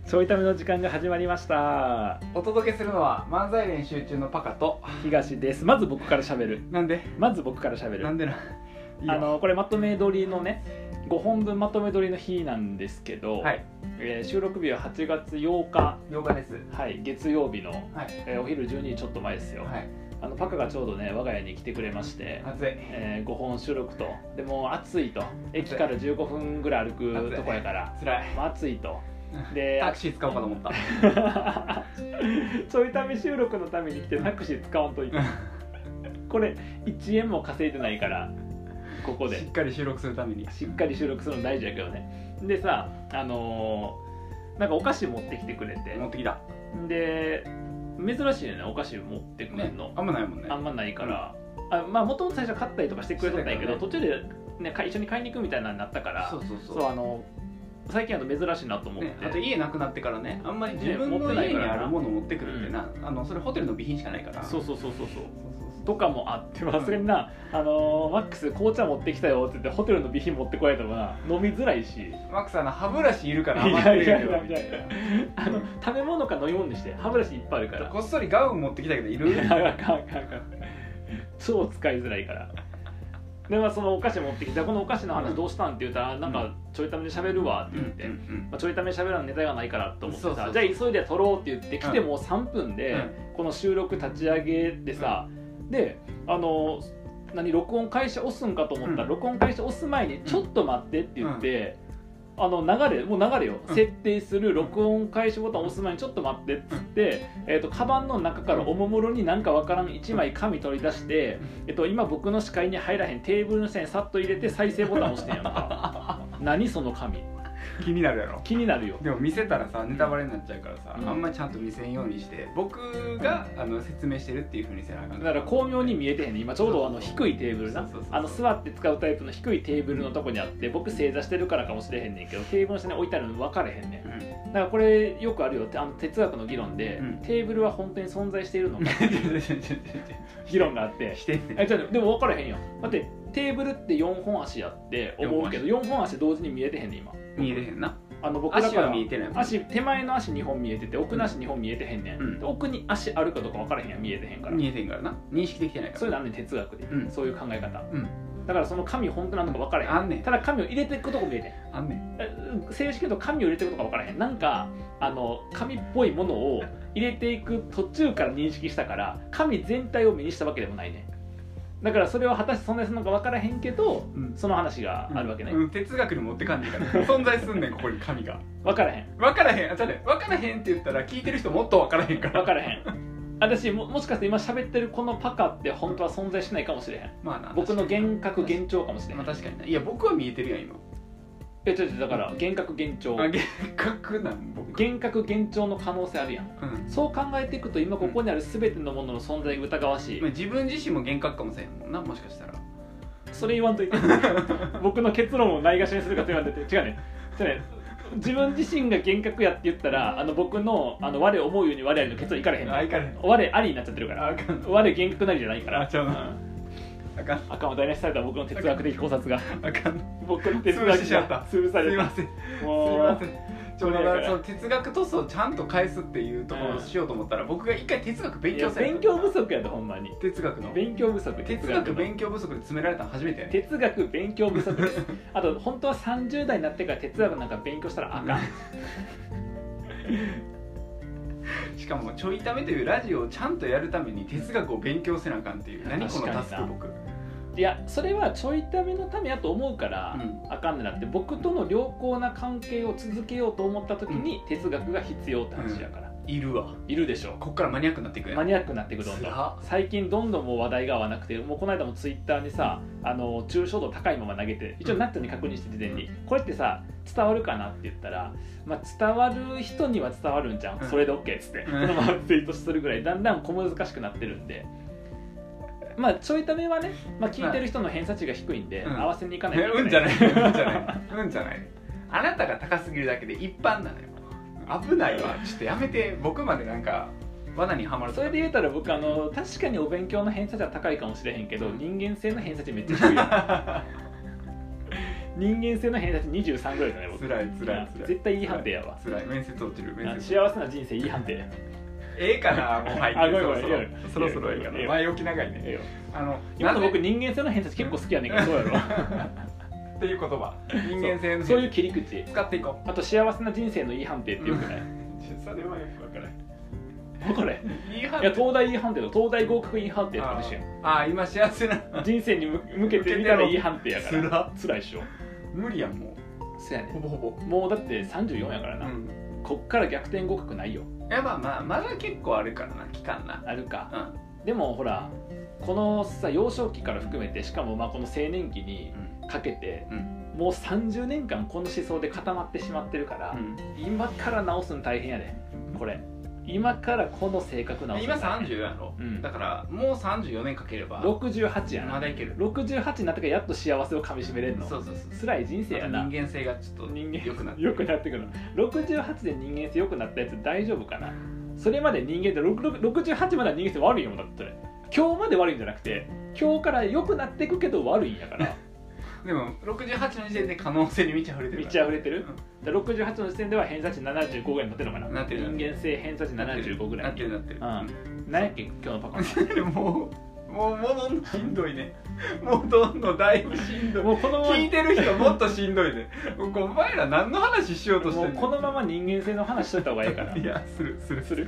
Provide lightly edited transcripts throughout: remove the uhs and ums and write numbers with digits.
ちょいための時間が始まりました。 お届けするのは漫才練習中のパカと東です。まず僕から喋る。 なんでなんでこれまとめ撮りのね5本分まとめ撮りの日なんですけど、 はい、 収録日は8月8日です。 はい、月曜日の、 はい、 お昼12時ちょっと前ですよ。はい、パカがちょうどね我が家に来てくれまして、 暑い、 5本収録と、でも暑いと、駅から15分ぐらい歩くとこやからつらい、 暑いと、でタクシー使おうかと思ったちょいため収録のために来てタクシー使わんといてこれ1円も稼いでないからここでしっかり収録するためにしっかり収録するの大事やけどね。でさなんかお菓子持ってきてくれて、 持ってきた。で珍しいよね、お菓子持ってくるの、 ね、あんまないもんね。 あんまないから、まあもともと最初買ったりとかしてくれとったんやけど、途中で、ね、一緒に買いに行くみたいなのになったから、最近珍しいなと思って、 あと家なくなってからね、あんまり自分の家にあるものを持ってくるってな、それホテルの備品しかないから、 そうとかもあって、それにな、マックス紅茶持ってきたよって言ってホテルの備品持ってこられたらな飲みづらいし、 マックス歯ブラシいるから余ってるけど食べ物か飲み物にして歯ブラシいっぱいあるから、 こっそりガウン持ってきたけどいる超使いづらいからで、そのお菓子持ってきて、このお菓子の話どうしたんって言ったら、なんかちょいためで喋るわって言って、ちょいためで喋らんネタがないからと思ってさ、じゃあ急いで撮ろうって言って来てもう3分でこの収録立ち上げでさ、で録音開始押すんかと思ったら、録音開始押す前にちょっと待ってって言って、流れよ、設定する録音開始ボタン押す前にちょっと待ってっつって、カバンの中からおもむろになんかわからん1枚紙取り出して、今僕の視界に入らへんテーブルの下にさっと入れて再生ボタン押してんやんか何その紙、 気になるやろ。 気になるよ。 でも見せたらさネタバレになっちゃうからさ、あんまりちゃんと見せんようにして僕が説明してるっていう風にせなあかん。 だから巧妙に見えてへんね。今ちょうど低いテーブルな、座って使うタイプの低いテーブルのとこにあって、僕正座してるからかもしれへんねんけど、テーブルの下に置いてあるの分かれへんねん、だからこれよくあるよ、哲学の議論で、テーブルは本当に存在しているのか議論があって、でも分かれへんよ。だってテーブルって4本足やって思うけど、4本足同時に見えてへんねん今。 見えてへんな。 僕だから足は見えてないもん。 手前の足2本見えてて、奥の足2本見えてへんねん、奥に足あるかどうか分からへんやん、見えてへんから。 見えてへんからな、認識できてないから。 そういうのあんねん哲学で、そういう考え方、だからその紙本当なのか分からへん。 あんねん。 ただ紙を入れていくとこ見えてん。 あんねん。 正式に言うと紙を入れていくとか分からへん。なんか紙っぽいものを入れていく途中から認識したから、紙全体を目にしたわけでもないね。だからそれは果たして存在するのか分からへんけど、その話があるわけね。 哲学に持ってかんねんから存在すんねん、ここに紙が。 分からへん分からへんって言ったら聞いてる人もっと分からへんから。 分からへん私 もしかして今喋ってるこのパカって本当は存在しないかもしれへん。 まあな、 僕の幻覚幻聴かもしれへん。 まあ確かにな。いや僕は見えてるやん今。 だから幻覚幻聴。 幻覚なん僕。 幻覚幻聴の可能性あるやん、そう考えていくと今ここにある全てのものの存在が疑わしい、 自分自身も幻覚かもしれんもんな、もしかしたら。 それ言わんといて僕の結論をないがしろにするかと言わんといて。違うね自分自身が幻覚やって言ったら僕の我思うように我ありの結論いかれへん。我ありになっちゃってるから。我幻覚なりじゃないから。あかんわ、台無しされた僕の哲学的考察が。 あかん、 僕の哲学が潰された。 すいませんその哲学塗装をちゃんと返すっていうところをしようと思ったら、僕が一回哲学勉強せん。 勉強不足やでほんまに。 哲学の勉強不足。 哲学勉強不足で詰められたの初めてやね。 哲学勉強不足です。あと本当は30代になってから哲学なんか勉強したらあかんしかもちょいためというラジオをちゃんとやるために哲学を勉強せなあかんっていう、何このタスク。僕いやそれはちょいためのためやと思うから、あかんねなって。僕との良好な関係を続けようと思った時に哲学が必要って話やから、 いるわ。 いるでしょ。 こっからマニアックになっていくやん。 マニアックになっていく。どんどん最近どんどんもう話題が合わなくて、もうこの間もツイッターにさ抽象度高いまま投げて、一応ナットに確認して事前に、これってさ伝わるかなって言ったら、伝わる人には伝わるんじゃん、それで OK っつって、そのままツイートするぐらいだんだん小難しくなってるんで、ちょいためはね、聞いてる人の偏差値が低いんで、合わせにいかないといけない。 じゃないあなたが高すぎるだけで一般なのよ。危ないわ、ちょっとやめて。僕までなんか罠にはまる。 それで言うたら僕確かにお勉強の偏差値は高いかもしれへんけど、人間性の偏差値めっちゃ低いよ人間性の偏差値23ぐらいだね僕。 つらい絶対いい判定やわ。 つらい、面接落ちる、面接幸せな人生いい判定。 ええかな、もう入ってあごめんごめんそろそろええかな、前置き長いね。 今の僕人間性の偏差値結構好きやねんけどどうやろっていう言葉、人間性のそういう切り口使っていこう。 あと幸せな人生のいい判定ってよくない？ それはよく分からない。 分かれいい判いや東大いい判定と東大合格いい判定とかでしょ。 今幸せな人生に向けてみたらいい判定やからつらいっしょ。 無理やんもう。 そうやねほぼほぼもうだって34やからな、こっから逆転合格ないよ。 いやまだ結構あるからな、期間な。 あるか、でもほらこのさ幼少期から含めてしかもこの青年期にかけて、もう30年間この思想で固まってしまってるから、今から直すの大変やでこれ。今からこの性格直すの今30やろ、だからもう34年かければ 68やな。 まだいける。 68になってからやっと幸せをかみしめれんの。そう辛い人生やな。 人間性がちょっと良くなってくる。68で人間性良くなったやつ大丈夫かな。それまで人間って68までは人間性悪いよ。だって今日まで悪いんじゃなくて今日から良くなっていくけど悪いんやからでも68の時点で可能性に満ち溢れてる。 満ち溢れてる、68の時点では偏差値75ぐらいになってるのかな。 なってる。 人間性偏差値75ぐらいになってる。 何やっけ今日のパパもうどんどんしんどいね。もうどんどんだいぶしんどい。もうこのまま聞いてる人もっとしんどいね。お前ら何の話しようとしてんの。 このまま人間性の話しといた方がいいからいやする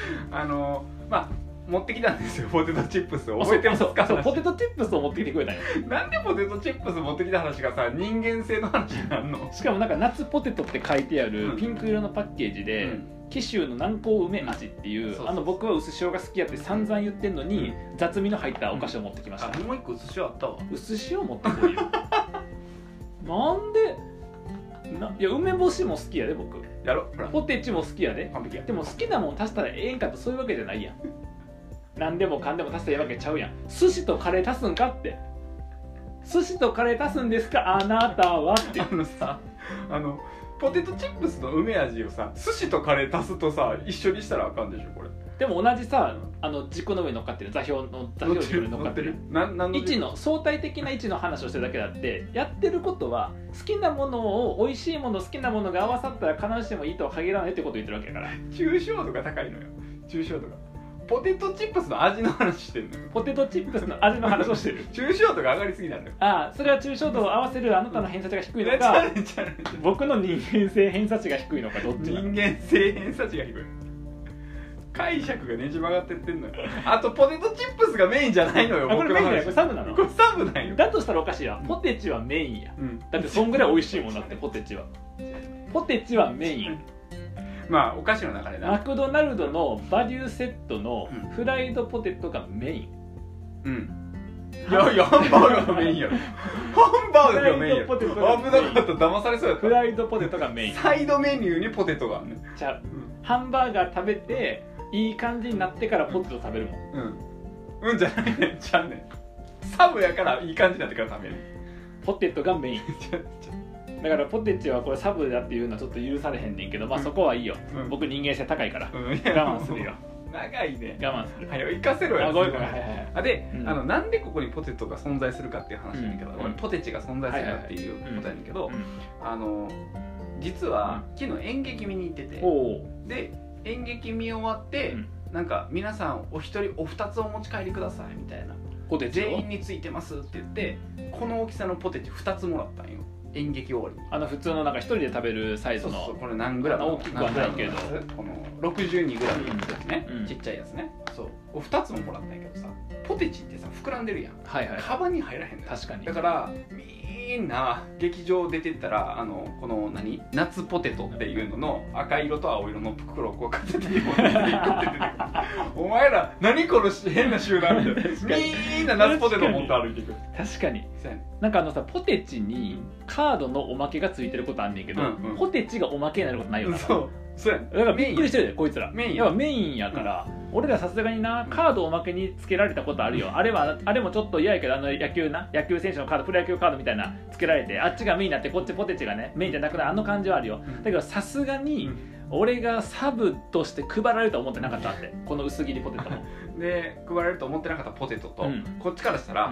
持ってきたんですよ、ポテトチップスを。覚えてますか？ そうポテトチップスを持ってきてくれたんよ。 なんでポテトチップス持ってきた話がさ、人間性の話になるの？ しかもなんか夏ポテトって書いてあるピンク色のパッケージで、紀州の南高梅味っていう、僕は薄塩が好きやって散々言ってんのに、雑味の入ったお菓子を持ってきました。 もう一個薄塩あったわ。 薄塩持ってこいよなんでいや梅干しも好きやで僕。 やろポテチも好きやで。 完璧や。 でも好きなもん足したらええんかとそういうわけじゃないやん何でもかんでも足したらええわけちゃうやん。寿司とカレー足すんかって。寿司とカレー足すんですかあなたはってポテトチップスの梅味をさ、寿司とカレー足すとさ一緒にしたらあかんでしょこれ。 でも同じさ軸の上に乗っかってる座標軸に乗っかってる位置の相対的な位置の話をしてるだけだって、やってることは好きなものを美味しいもの好きなものが合わさったら必ずしもいいとは限らないってことを言ってるわけやから。 抽象度が高いのよ。抽象度が。ポテトチップスの味の話してるのよ。 ポテトチップスの味の話をしてる抽象度が上がりすぎなんだよ。 それは抽象度を合わせるあなたの偏差値が低いのか、僕の人間性偏差値が低いのか、どっちなの？ 人間性偏差値が低い。解釈がねじ曲がってってんのよ。あとポテトチップスがメインじゃないのよ。 これメインだよ。これサブなの？ これサブなんよ。 だとしたらおかしいわ。ポテチはメインや、だってそんぐらい美味しいもんだって。ポテチはメインお菓子の中でな。 マクドナルドのバリューセットのフライドポテトがメイン。 いやハンバーガーがメインやろ。ハンバーガーがメインやろ。危なかった。騙されそうやった。 フライドポテトがメイン。 サイドメニューにポテトがあるね。 ちゃう、ハンバーガー食べていい感じになってからポテト食べるもん。 じゃないねん。ちゃうねん。サブやからいい感じになってから食べる。 ポテトがメインだからポテチはこれサブだっていうのはちょっと許されへんねんけど、そこはいいよ、僕人間性高いから、我慢するよ。 長いね。 我慢する。 はよ行かせろよ。 ごめん。 で、なんでここにポテトが存在するかっていう話なんだけど、ポテチが存在するかっていうことやねんけど、実は昨日演劇見に行ってて、で演劇見終わって、なんか皆さんお一人お二つお持ち帰りくださいみたいな。 ポテチ全員についてますって言って、この大きさのポテチ2つもらったんよ。演劇終わりに。 普通のなんか一人で食べるサイズの。 そうこれ何グラム？ 大きくはないけど、 この62グラムのやつね、ちっちゃいやつね。そう2つももらったんやけどさ、ポテチってさ膨らんでるやん。カバンに入らへんのよ。 確かに。 だからみんな劇場出てったらこの夏ポテトっていうのの赤色と青色の袋をこう片手に持っていくって出てくる。お前ら何この変な集団みたいな。みんな夏ポテト持って歩いていく。 確かに。なんかポテチにカードのおまけがついてることあんねんけど、ポテチがおまけになることないよな。 そうや。 だからびっくりしてるでこいつら。 メインやっぱメインやから、俺らさすがになカードおまけにつけられたことあるよ。あれもちょっと嫌やけど、野球選手のカード、プロ野球カードみたいなつけられて、あっちがメインになってこっちポテチがねメインじゃなくなる感じはあるよ。だけどさすがに俺がサブとして配られると思ってなかったって、この薄切りポテトもで配られると思ってなかったポテトと、こっちからしたら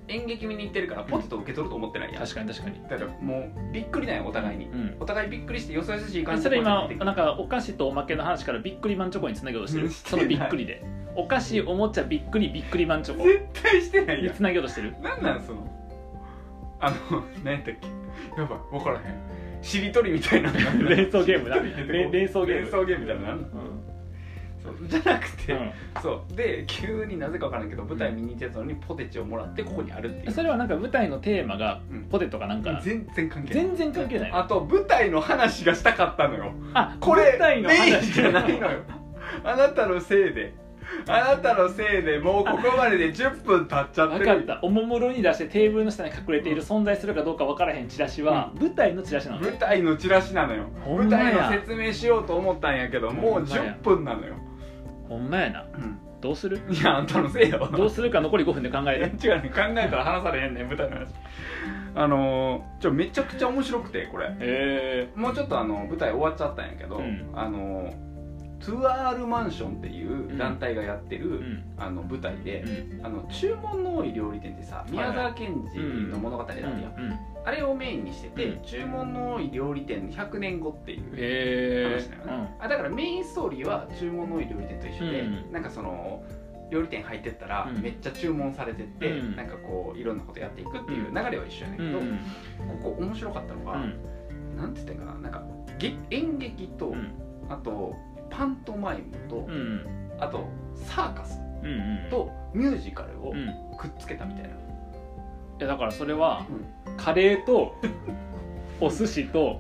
演劇見に行ってるからポテト受け取ると思ってないやん、 確かに確かに。 だからもうびっくりなんよお互いに、お互いびっくりしてよそよそしい感じそでれ今なんかお菓子とおまけの話からびっくりマンチョコにつなげようとしてる、そのびっくりでお菓子おもちゃびっくりびっくりマンチョコ絶対してないやん。 につなげようとしてる。 なんその何やったっけ、やばい分からへん、しりとりみたいな連想ゲームだ連想ゲームみたいなの、そうじゃなくて、そうで急になぜか分からんけど舞台見に行ってたのにポテチをもらってここにあるっていう。 それはなんか舞台のテーマがポテトかなんか、 全然関係ない、 全然関係ない。 あと舞台の話がしたかったのよ。これ舞台の話じゃないのよ。あなたのせいでもうここまでで10分経っちゃってる。 分かった。おもむろに出してテーブルの下に隠れている存在するかどうか分からへんチラシは舞台のチラシなの。 舞台のチラシなのよ。舞台の説明しようと思ったんやけどもう10分なのよ。 ほんまやな、どうする？ いやあんたのせいよ。 どうするか残り5分で考える。 違うね、考えたら話されへんねん舞台の話。めちゃくちゃ面白くてこれ、もうちょっと舞台終わっちゃったんやけど、トゥアールマンションっていう団体がやってる、舞台で、注文の多い料理店ってさ、宮沢賢治の物語だったやん、あれをメインにしてて、注文の多い料理店100年後っていう話だよね、だからメインストーリーは注文の多い料理店と一緒で、なんかその料理店入ってったらめっちゃ注文されてって、なんかこういろんなことやっていくっていう流れは一緒やねんけど、ここ面白かったのが、なんて言ったんかな、なんか演劇と、あとパントマイムと、あとサーカスとミュージカルをくっつけたみたいな。いやだからそれは、カレーとお寿司と、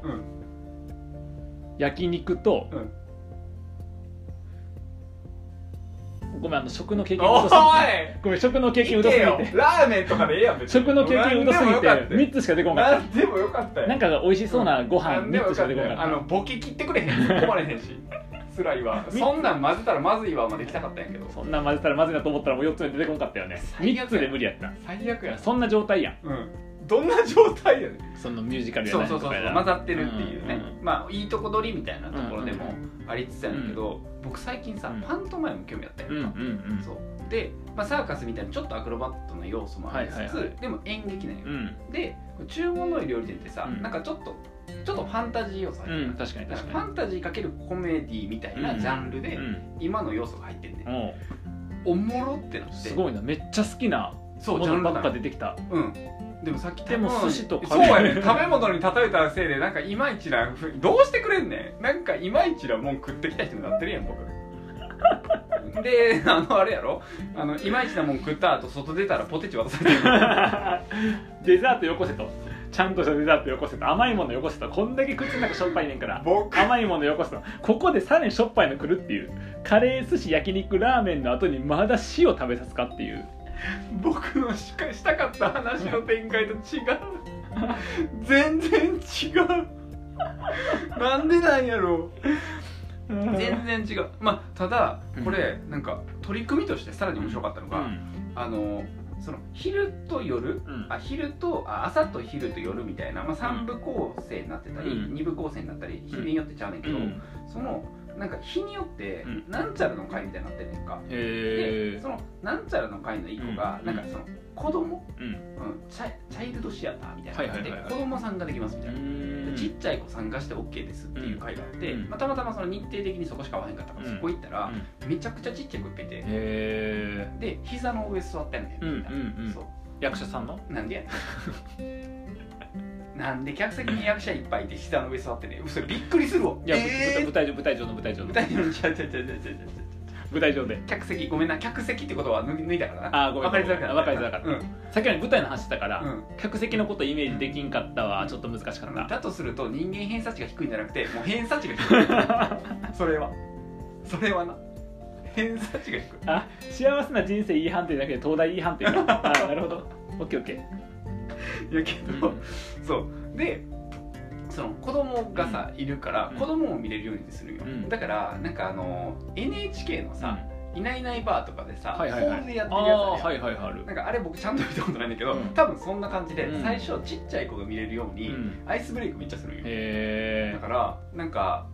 焼肉と、ごめん食の経験疎すぎて、ごめん食の経験疎すぎて、 ラーメンとかでええやん別に。 食の経験疎すぎて3つしか出てこなかった。 なんでもよかったよ。 なんかが美味しそうなご飯3つしか出てこなかった。 ボケ切ってくれへん、突っ込まれへんし。辛いわ。そんなん混ぜたらまずいわまで来たかったんやけど。 そんなん混ぜたらまずいなと思ったらもう4つ目出てこなかったよね。3つで無理やった。 最悪や。 そんな状態やん。 どんな状態やねん。 そのミュージカルやないとかやな。 混ざってるっていうね。まあいいとこ取りみたいなところでもありつつやねんけど、僕最近さパントマイム興味あったやんか。そうで、サーカスみたいなちょっとアクロバットな要素もありつつ、でも演劇なんよ。で注文の多い料理店ってさ、なんかちょっとファンタジー要素入ってる。 確かに確かに。 ファンタジーかけるコメディみたいなジャンルで今の要素が入ってんねん。おもろってなって。 すごいな、めっちゃ好きなものばっか出てきた。 でもさっきでも寿司とカレー、そうやね、食べ物に例えたせいでなんかいまいちな、どうしてくれんねん。なんかいまいちなもん食ってきた人になってるやん僕。であれやろ、いまいちなもん食った後外出たらポテチ渡されてる。 デザートよこせと、ちゃんとしたデザートよこせと、甘いものよこせと、こんだけ口の中しょっぱいねんから甘いものよこせと、ここでさらにしょっぱいの来るっていう。カレー寿司焼肉ラーメンの後にまだ塩食べさすかっていう。 僕のしたかった話の展開と違う。全然違う。なんでなんやろう。全然違う。ただこれなんか取り組みとしてさらに面白かったのが、その昼と夜、朝と昼と夜みたいな、3部構成になってたり、2部構成になったり日によってちゃうねんけど、そのなんか日によってなんちゃらの会みたいになってんねんか。でそのなんちゃらの会の1個がなんかその子供、チャイルドシアターみたいなので子供さんができますみたいな、ちっちゃい子参加して OK ですっていう会があって、たまたまその日程的にそこしか合わへんかったからそこ行ったらめちゃくちゃちっちゃい子いっぱいいて、で膝の上座ってんねんみんな。 役者さんのなんでやねん。なんで客席に役者いっぱいいて膝の上座ってね、それびっくりするわ。 いや、舞台上で客席、ごめんな、客席ってことは抜いたからな。 ごめん、分かりづらかった。さっきの舞台の話だから、客席のことイメージできんかったわ。ちょっと難しかった。 だとすると人間偏差値が低いんじゃなくてもう偏差値が低い。それはな、偏差値が低い。 幸せな人生いい判定だけで東大いい判定か。なるほど。オッケーオッケー。 やけど、そうでその子供がさいるから子供も見れるようにするよ。だからなんかNHK のさいないいないバーとかでさホールでやってるやつあるやん。なんかあれ僕ちゃんと見たことないんだけど、多分そんな感じで最初ちっちゃい子が見れるようにアイスブレイクめっちゃするんよ。だからなんか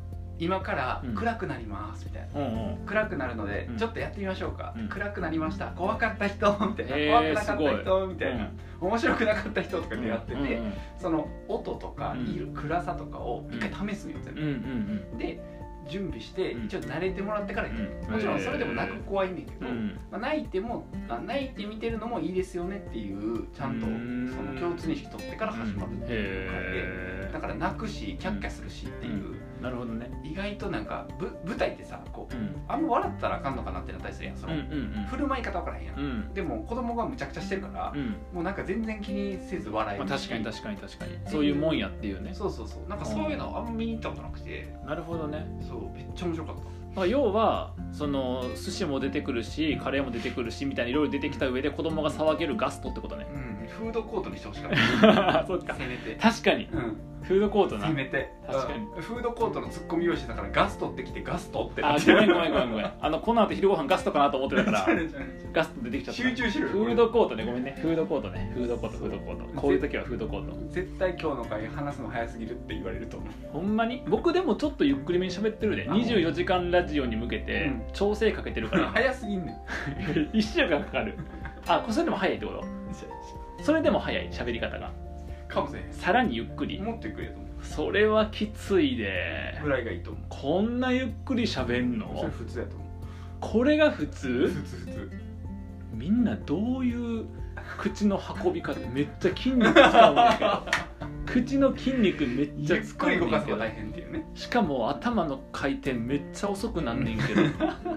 今から暗くなりますみたいな、暗くなるのでちょっとやってみましょうか、暗くなりました、怖かった人みたいな、怖くなかった人みたいな、面白くなかった人とかでやってて、その音とか暗さとかを一回試すんよ全部、で準備して一応慣れてもらってからやる、もちろんそれでも泣く子はいいんだけど、泣いて見てるのもいいですよねっていうちゃんとその共通認識取ってから始まるっていう回で、だから泣くしキャッキャするしっていう、 なるほどね。意外となんか舞台ってさこう、あんま笑ったらあかんのかなってなったりするやん、その振る舞い方分からへんやん、でも子供がむちゃくちゃしてるから、もうなんか全然気にせず笑えるし、 確かにそういうもんやっていうね。 そうなんかそういうのあんま見に行ったことなくて、 なるほどね。 そうめっちゃ面白かった。 要はその寿司も出てくるしカレーも出てくるしみたいにいろいろ出てきた上で子供が騒げるガストってことね。 フードコートにしてほしかったそっか、 せめて確かに、フードコートな、 せめて確かにフードコートのツッコミ用紙だからガストってきてガストってなって、ごめんこの後昼ご飯ガストかなと思ってたからガスト出てきちゃった。 集中しろよ。 フードコートね、ごめんね、フードコートこういう時はフードコート。 絶対今日の回話すの早すぎるって言われると思う。 ほんまに僕でもちょっとゆっくりめに喋ってるで、24時間ラジオに向けて調整かけてるから早すぎんねん 1週間かかる。それでも早いってこと？それでも早い喋り方がかもしれへん。 さらにゆっくり、 もっとゆっくりやと思う。 それはきついでぐらいがいいと思う。 こんなゆっくり喋んの？ それ普通やと思う。 これが普通？ 普通。 みんなどういう口の運び方、めっちゃ筋肉使うんだけど口の筋肉めっちゃ使うんだけど、 ゆっくり動かすのが大変っていうね。 しかも頭の回転めっちゃ遅くなんねんけど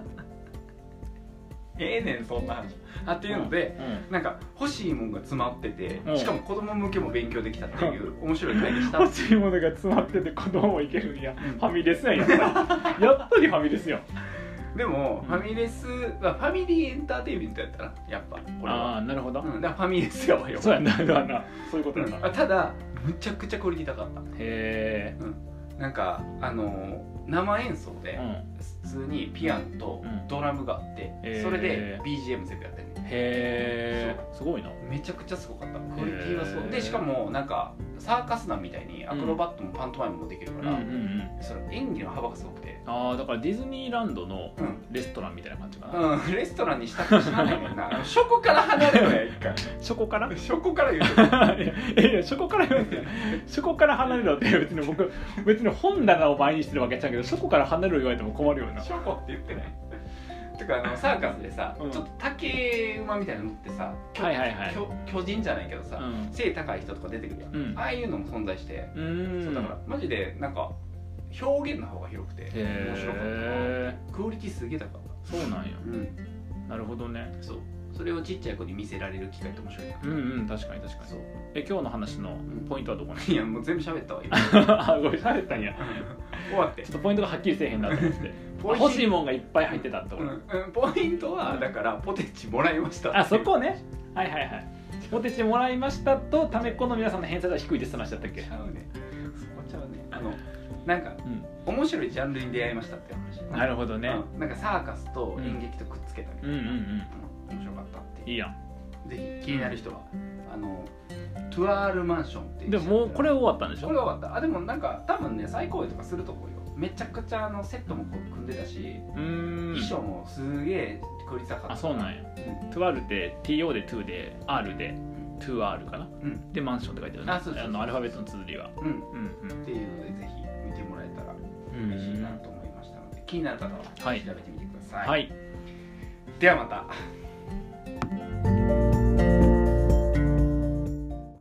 そんな話っていうので、なんか欲しいものが詰まってて、しかも子供向けも勉強できたっていう面白い回でした。 欲しいものが詰まってて子供もいけるんや、ファミレスやんやっぱりやっぱりファミレスやん。 でもファミレスはファミリーエンターテインメントやったらやっぱこれはなるほど、 だからファミレスやわよ。 そうやなそういうことやな、 ただむちゃくちゃクオリティ高かった。 へえ、 なんか生演奏で普通にピアノとドラムがあって、それで BGM 全部やってる。 へえ、すごいな。 めちゃくちゃすごかった。クオリティはそうで、しかもなんかサーカス団みたいにアクロバットもパントマイムもできるから、その演技の幅がすごくて、 だからディズニーランドのレストランみたいな感じかな。 レストランにしたくしないねんな。そこから離れろや一回。 そこから言うてそこから離れろって別に本棚を前にしてるわけじゃんけど、そこから離れろ言われても困るよな。 ショコって言ってない。てかサーカスでさ、ちょっと竹馬みたいなの乗ってさ、巨人じゃないけどさ、背高い人とか出てくるやん、ああいうのも存在して、そうだからマジでなんか表現の方が広くて面白かった。クオリティすげえ高かった。 そうなんや、なるほどね。 そう、それをちっちゃい子に見せられる機会って面白いな。 確かにそう。今日の話のポイントはどこに？ いやもう全部喋ったわ今。 ごめん、喋ったんや。 終わってちょっとポイントがはっきりせえへんなと思って欲しいもんがいっぱい入ってたってこと、 ポイントはだからポテチもらいましたそこね。はいポテチもらいましたとためっ子の皆さんの偏差値は低いですって話だったっけ？ ちゃうね、そこちゃうね。なんか、面白いジャンルに出会いましたって話。 なるほどね、 なんかサーカスと演劇とくっつけたり、面白かったっていう。 いいやん。 ぜひ気になる人はトゥアールマンションっていう。 でももうこれ終わったんでしょ？ これ終わった。でもなんか多分ね再公演とかすると思うよ。めちゃくちゃセットも組んでたし、衣装もすげえクオリティ高かった。 そうなんや。トゥアールって TO で2で R でトゥアールかな、でマンションって書いてあるね。アルファベットの綴りは。っていうのでぜひ見てもらえたら嬉しいなと思いましたので、気になる方は調べてみてください。 はい。 ではまた。